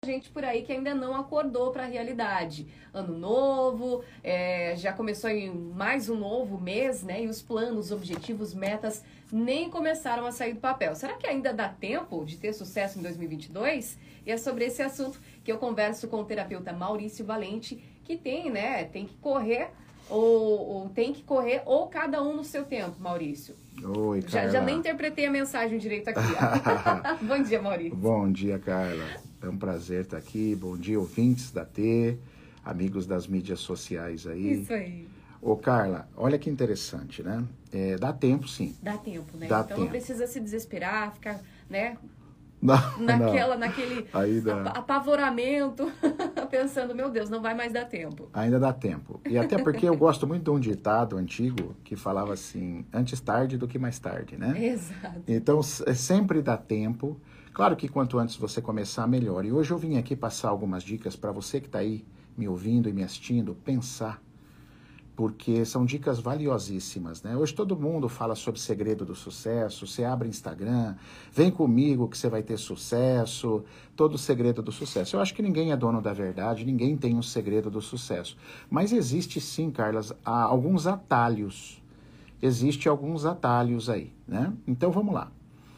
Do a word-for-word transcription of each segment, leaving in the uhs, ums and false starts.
Gente por aí que ainda não acordou para a realidade. Ano novo, é, já começou em mais um novo mês, né? E os planos, objetivos, metas nem começaram a sair do papel. Será que ainda dá tempo de ter sucesso em dois mil e vinte e dois? E é sobre esse assunto que eu converso com o terapeuta Maurício Valente, que tem, né? Tem que correr ou, ou tem que correr ou cada um no seu tempo, Maurício. Oi, Já, Carla. já nem interpretei a mensagem direito aqui. Bom dia, Maurício. Bom dia, Carla. É um prazer estar aqui. Bom dia, ouvintes da T, amigos das mídias sociais aí. Isso aí. Ô, Carla, olha que interessante, né? É, dá tempo, sim. Dá tempo, né? Dá então tempo. Não precisa se desesperar, ficar, né? Não, Naquela, não. naquele Ainda... apavoramento, pensando, meu Deus, não vai mais dar tempo. Ainda dá tempo. E até porque eu gosto muito de um ditado antigo que falava assim, antes tarde do que mais tarde, né? Exato. Então, sempre dá tempo. Claro que quanto antes você começar, melhor. E hoje eu vim aqui passar algumas dicas para você que está aí me ouvindo e me assistindo, pensar. Porque são dicas valiosíssimas, né? Hoje todo mundo fala sobre segredo do sucesso, você abre Instagram, vem comigo que você vai ter sucesso, todo o segredo do sucesso. Eu acho que ninguém é dono da verdade, ninguém tem um segredo do sucesso. Mas existe sim, Carlas, alguns atalhos. Existem alguns atalhos aí, né? Então vamos lá.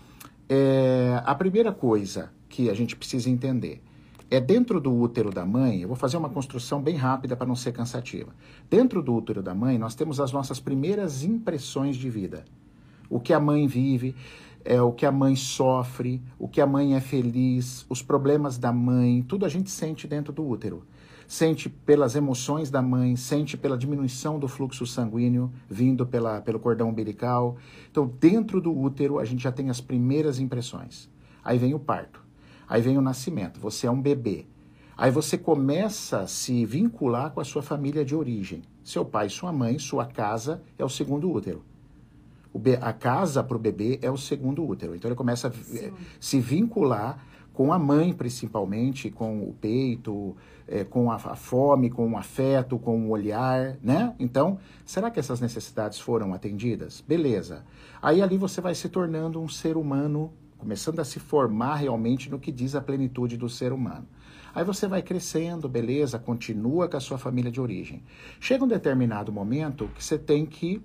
É, a primeira coisa que a gente precisa entender é dentro do útero da mãe, eu vou fazer uma construção bem rápida para não ser cansativa. Dentro do útero da mãe, nós temos as nossas primeiras impressões de vida. O que a mãe vive, é, o que a mãe sofre, o que a mãe é feliz, os problemas da mãe, tudo a gente sente dentro do útero. Sente pelas emoções da mãe, sente pela diminuição do fluxo sanguíneo vindo pela, pelo cordão umbilical. Então, dentro do útero, a gente já tem as primeiras impressões. Aí vem o parto. Aí vem o nascimento. Você é um bebê. Aí você começa a se vincular com a sua família de origem. Seu pai, sua mãe, sua casa é o segundo útero. O be- a casa para o bebê é o segundo útero. Então, ele começa a Sim. se vincular com a mãe, principalmente, com o peito, é, com a, a fome, com o afeto, com o olhar, né? Então, será que essas necessidades foram atendidas? Beleza. Aí ali você vai se tornando um ser humano, começando a se formar realmente no que diz a plenitude do ser humano. Aí você vai crescendo, beleza, continua com a sua família de origem. Chega um determinado momento que você tem que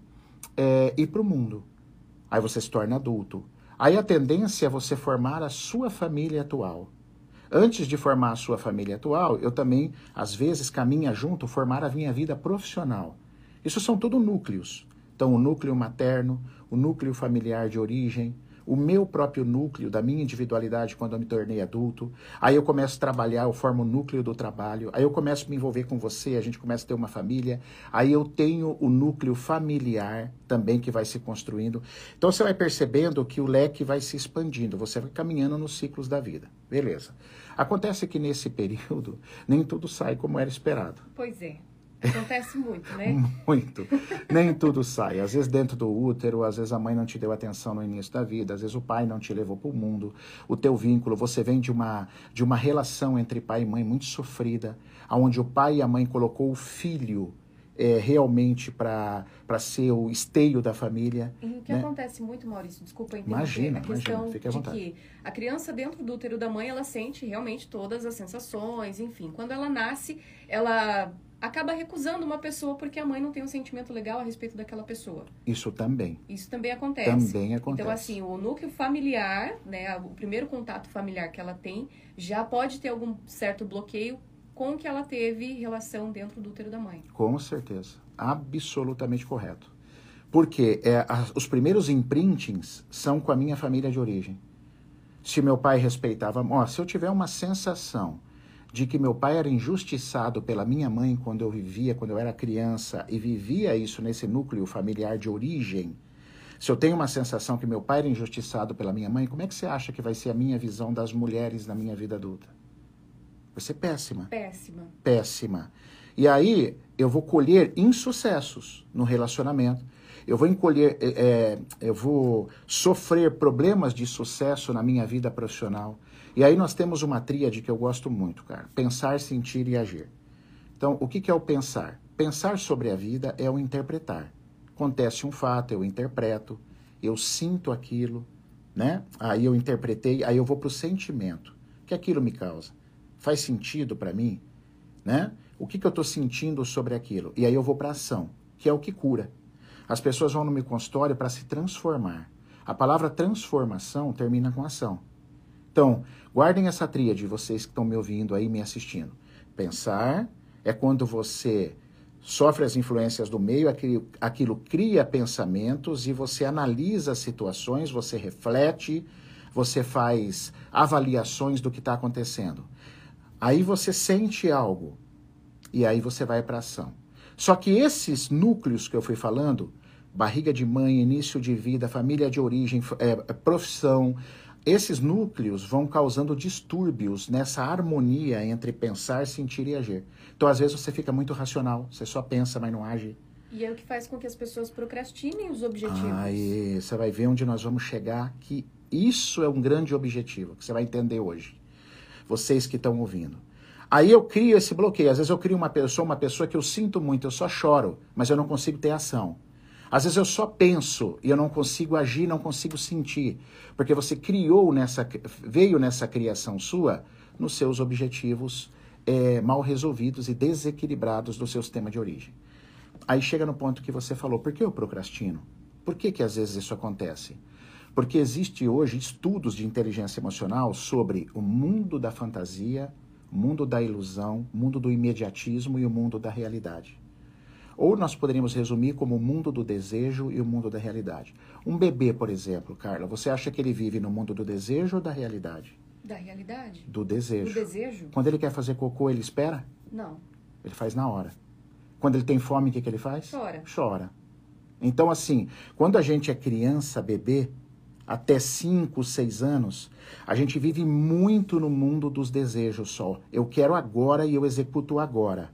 é, ir para o mundo. Aí você se torna adulto. Aí a tendência é você formar a sua família atual. Antes de formar a sua família atual, eu também, às vezes, caminha junto formar a minha vida profissional. Isso são tudo núcleos. Então, o núcleo materno, o núcleo familiar de origem, o meu próprio núcleo da minha individualidade quando eu me tornei adulto. Aí eu começo a trabalhar, eu formo o núcleo do trabalho. Aí eu começo a me envolver com você, a gente começa a ter uma família. Aí eu tenho o núcleo familiar também que vai se construindo. Então você vai percebendo que o leque vai se expandindo, você vai caminhando nos ciclos da vida. Beleza. Acontece que nesse período nem tudo sai como era esperado. Pois é. Acontece muito, né? Muito. Nem tudo sai. Às vezes dentro do útero, às vezes a mãe não te deu atenção no início da vida, às vezes o pai não te levou para o mundo. O teu vínculo, você vem de uma, de uma relação entre pai e mãe muito sofrida, onde o pai e a mãe colocou o filho é, realmente para ser o esteio da família. E o que né? acontece muito, Maurício, desculpa interromper, Imagina, a questão imagina, fique à de vontade. que a criança dentro do útero da mãe, ela sente realmente todas as sensações, enfim. Quando ela nasce, ela acaba recusando uma pessoa porque a mãe não tem um sentimento legal a respeito daquela pessoa. Isso também. Isso também acontece. Também acontece. Então, assim, o núcleo familiar, né, o primeiro contato familiar que ela tem, já pode ter algum certo bloqueio com que ela teve relação dentro do útero da mãe. Com certeza. Absolutamente correto. Porque é, a, os primeiros imprintings são com a minha família de origem. Se meu pai respeitava... Ó, se eu tiver uma sensação de que meu pai era injustiçado pela minha mãe quando eu vivia, quando eu era criança, e vivia isso nesse núcleo familiar de origem, se eu tenho uma sensação que meu pai era injustiçado pela minha mãe, como é que você acha que vai ser a minha visão das mulheres na minha vida adulta? Vai ser péssima. Péssima. Péssima. E aí eu vou colher insucessos no relacionamento, eu vou encolher, é, eu vou sofrer problemas de sucesso na minha vida profissional. E aí nós temos uma tríade que eu gosto muito, cara. Pensar, sentir e agir. Então, o que, que é o pensar? Pensar sobre a vida é o interpretar. Acontece um fato, eu interpreto, eu sinto aquilo, né? Aí eu interpretei, aí eu vou para o sentimento. O que aquilo me causa? Faz sentido para mim? Né? O que, que eu estou sentindo sobre aquilo? E aí eu vou para ação, que é o que cura. As pessoas vão no meu consultório para se transformar. A palavra transformação termina com ação. Então, guardem essa tríade, vocês que estão me ouvindo aí, me assistindo. Pensar é quando você sofre as influências do meio, aquilo, aquilo cria pensamentos e você analisa as situações, você reflete, você faz avaliações do que está acontecendo. Aí você sente algo e aí você vai para ação. Só que esses núcleos que eu fui falando, barriga de mãe, início de vida, família de origem, é, profissão, esses núcleos vão causando distúrbios nessa harmonia entre pensar, sentir e agir. Então, às vezes, você fica muito racional, você só pensa, mas não age. E é o que faz com que as pessoas procrastinem os objetivos. Aí, você vai ver onde nós vamos chegar, que isso é um grande objetivo, que você vai entender hoje. Vocês que estão ouvindo. Aí eu crio esse bloqueio. Às vezes eu crio uma pessoa, uma pessoa que eu sinto muito, eu só choro, mas eu não consigo ter ação. Às vezes eu só penso e eu não consigo agir, não consigo sentir. Porque você criou nessa, veio nessa criação sua nos seus objetivos é, mal resolvidos e desequilibrados do seu sistema de origem. Aí chega no ponto que você falou, por que eu procrastino? Por que que às vezes isso acontece? Porque existe hoje estudos de inteligência emocional sobre o mundo da fantasia, o mundo da ilusão, o mundo do imediatismo e o mundo da realidade. Ou nós poderíamos resumir como o mundo do desejo e o mundo da realidade. Um bebê, por exemplo, Carla, você acha que ele vive no mundo do desejo ou da realidade? Da realidade? Do desejo. Do desejo? Quando ele quer fazer cocô, ele espera? Não. Ele faz na hora. Quando ele tem fome, o que, que ele faz? Chora. Chora. Então, assim, quando a gente é criança, bebê, até cinco, seis anos, a gente vive muito no mundo dos desejos só. Eu quero agora e eu executo agora.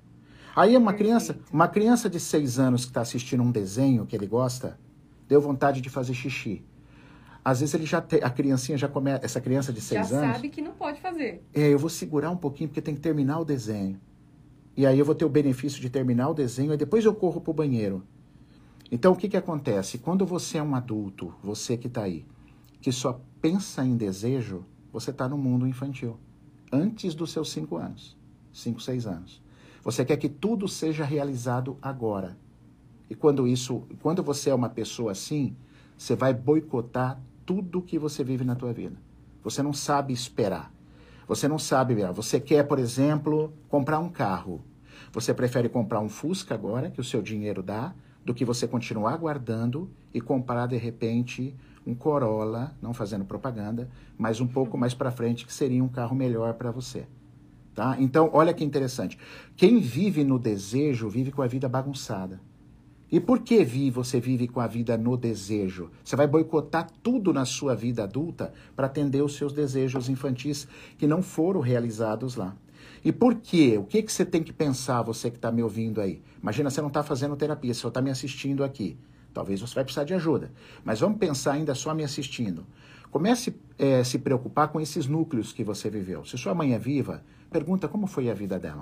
Aí uma criança, uma criança de seis anos que está assistindo um desenho que ele gosta, deu vontade de fazer xixi. Às vezes ele já tem, a criancinha já começa, essa criança de seis anos... Já sabe que não pode fazer. É, eu vou segurar um pouquinho porque tem que terminar o desenho. E aí eu vou ter o benefício de terminar o desenho e depois eu corro para o banheiro. Então o que que acontece? Quando você é um adulto, você que está aí, que só pensa em desejo, você está no mundo infantil. Antes dos seus cinco anos. Cinco, seis anos. Você quer que tudo seja realizado agora. E quando isso, quando você é uma pessoa assim, você vai boicotar tudo que você vive na tua vida. Você não sabe esperar. Você não sabe, você quer, por exemplo, comprar um carro. Você prefere comprar um Fusca agora, que o seu dinheiro dá, do que você continuar guardando e comprar, de repente, um Corolla, não fazendo propaganda, mas um pouco mais para frente, que seria um carro melhor para você. Tá? Então, olha que interessante. Quem vive no desejo, vive com a vida bagunçada. E por que vi, você vive com a vida no desejo? Você vai boicotar tudo na sua vida adulta para atender os seus desejos infantis que não foram realizados lá. E por quê? O que, que você tem que pensar, você que está me ouvindo aí? Imagina, você não está fazendo terapia, você só está me assistindo aqui. Talvez você vai precisar de ajuda. Mas vamos pensar ainda só me assistindo. Comece a é, se preocupar com esses núcleos que você viveu. Se sua mãe é viva, pergunta como foi a vida dela.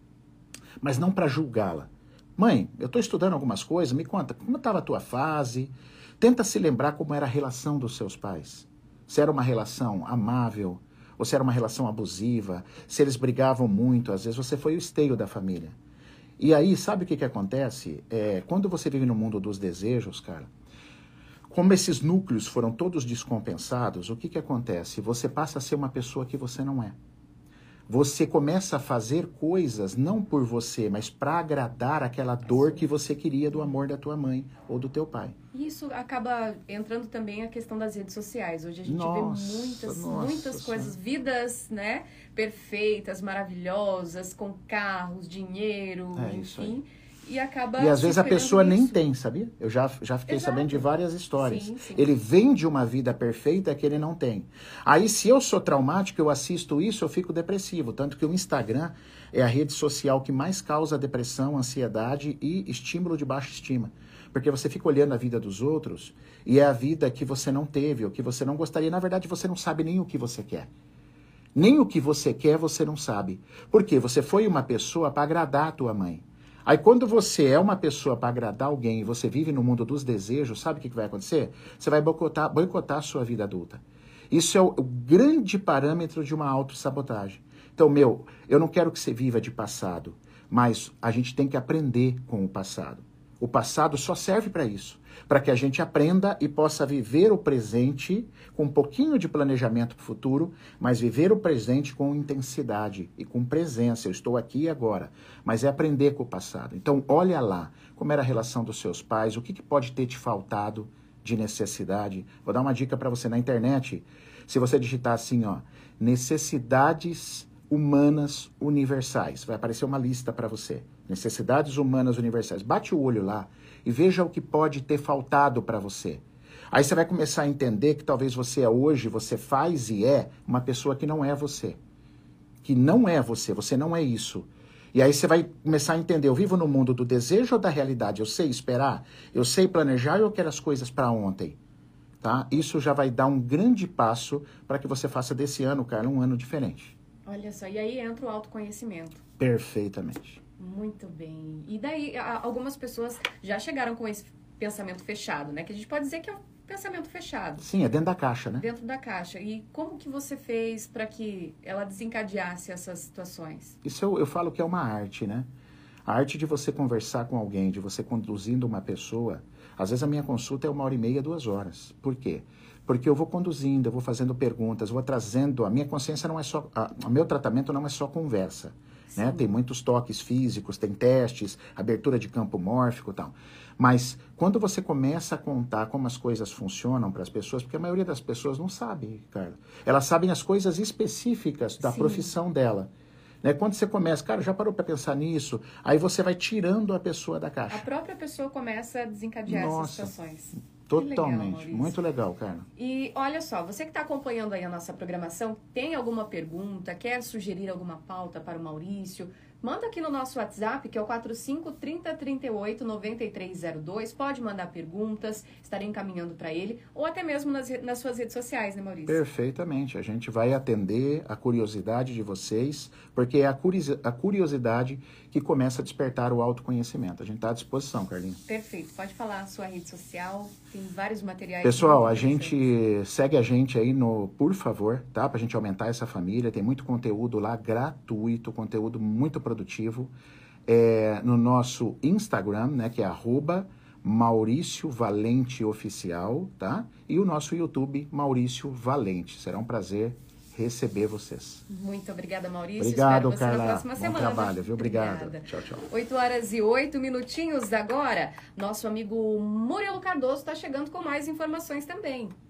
Mas não para julgá-la. Mãe, eu estou estudando algumas coisas, me conta, como estava a tua fase? Tenta se lembrar como era a relação dos seus pais. Se era uma relação amável, ou se era uma relação abusiva, se eles brigavam muito, às vezes você foi o esteio da família. E aí, sabe o que, que acontece? É, quando você vive no mundo dos desejos, cara, como esses núcleos foram todos descompensados, o que, que acontece? Você passa a ser uma pessoa que você não é. Você começa a fazer coisas não por você, mas para agradar aquela dor que você queria do amor da tua mãe ou do teu pai. E isso acaba entrando também a questão das redes sociais. Hoje a gente nossa, vê muitas, nossa, muitas coisas, vidas, né, perfeitas, maravilhosas, com carros, dinheiro, é isso enfim. Aí. E acaba E às vezes a pessoa nisso. nem tem, sabia? Eu já, já fiquei Exato. sabendo de várias histórias. Sim, sim. Ele vende uma vida perfeita que ele não tem. Aí se eu sou traumático, eu assisto isso, eu fico depressivo. Tanto que o Instagram é a rede social que mais causa depressão, ansiedade e estímulo de baixa estima. Porque você fica olhando a vida dos outros e é a vida que você não teve, ou que você não gostaria. Na verdade, você não sabe nem o que você quer. Nem o que você quer, você não sabe. Por quê? Você foi uma pessoa para agradar a tua mãe. Aí quando você é uma pessoa para agradar alguém e você vive no mundo dos desejos, sabe o que, que vai acontecer? Você vai boicotar, boicotar a sua vida adulta. Isso é o, o grande parâmetro de uma autossabotagem. Então, meu, eu não quero que você viva de passado, mas a gente tem que aprender com o passado. O passado só serve para isso, para que a gente aprenda e possa viver o presente com um pouquinho de planejamento para o futuro, mas viver o presente com intensidade e com presença. Eu estou aqui e agora, mas é aprender com o passado. Então, olha lá como era a relação dos seus pais, o que, que pode ter te faltado de necessidade. Vou dar uma dica para você na internet. Se você digitar assim, ó, necessidades humanas universais, vai aparecer uma lista para você. Necessidades humanas universais. Bate o olho lá e veja o que pode ter faltado para você. Aí você vai começar a entender que talvez você hoje, você faz e é uma pessoa que não é você. Que não é você, você não é isso. E aí você vai começar a entender, eu vivo no mundo do desejo ou da realidade? Eu sei esperar? Eu sei planejar ou eu quero as coisas para ontem? Tá? Isso já vai dar um grande passo para que você faça desse ano, cara, um ano diferente. Olha só, e aí entra o autoconhecimento. Perfeitamente. Muito bem. E daí, algumas pessoas já chegaram com esse pensamento fechado, né? Que a gente pode dizer que é um pensamento fechado. Sim, é dentro da caixa, né? Dentro da caixa. E como que você fez para que ela desencadeasse essas situações? Isso eu, eu falo que é uma arte, né? A arte de você conversar com alguém, de você conduzindo uma pessoa. Às vezes a minha consulta é uma hora e meia, duas horas. Por quê? Porque eu vou conduzindo, eu vou fazendo perguntas, vou trazendo... A minha consciência não é só... A, o meu tratamento não é só conversa. Né? Tem muitos toques físicos, tem testes, abertura de campo mórfico e tal. Mas quando você começa a contar como as coisas funcionam para as pessoas, porque a maioria das pessoas não sabe, cara. Elas sabem as coisas específicas da Sim. profissão dela. Né? Quando você começa, cara, já parou para pensar nisso? Aí você vai tirando a pessoa da caixa. A própria pessoa começa a desencadear Nossa, essas situações. Totalmente, legal, muito legal, cara. E olha só, você que está acompanhando aí a nossa programação, tem alguma pergunta, quer sugerir alguma pauta para o Maurício? Manda aqui no nosso WhatsApp, que é o quatro cinco, trinta, trinta e oito, noventa e três zero dois. Pode mandar perguntas, estarei encaminhando para ele, ou até mesmo nas, nas suas redes sociais, né, Maurício? Perfeitamente. A gente vai atender a curiosidade de vocês, porque é a, curiosi- a curiosidade que começa a despertar o autoconhecimento. A gente está à disposição, Carlinhos. Perfeito. Pode falar a sua rede social, tem vários materiais. Pessoal, a gente segue a gente aí no, por favor, tá? Pra gente aumentar essa família. Tem muito conteúdo lá gratuito, conteúdo muito produtivo. É, no nosso Instagram, né? Que é arroba Maurício Valente Oficial, tá? E o nosso YouTube, Maurício Valente. Será um prazer receber vocês. Muito obrigada, Maurício. Obrigado, Espero você Carla. na próxima Bom semana. trabalho, viu? Obrigado. Obrigada. Tchau, tchau. oito horas e oito minutinhos agora. Nosso amigo Murilo Cardoso está chegando com mais informações também.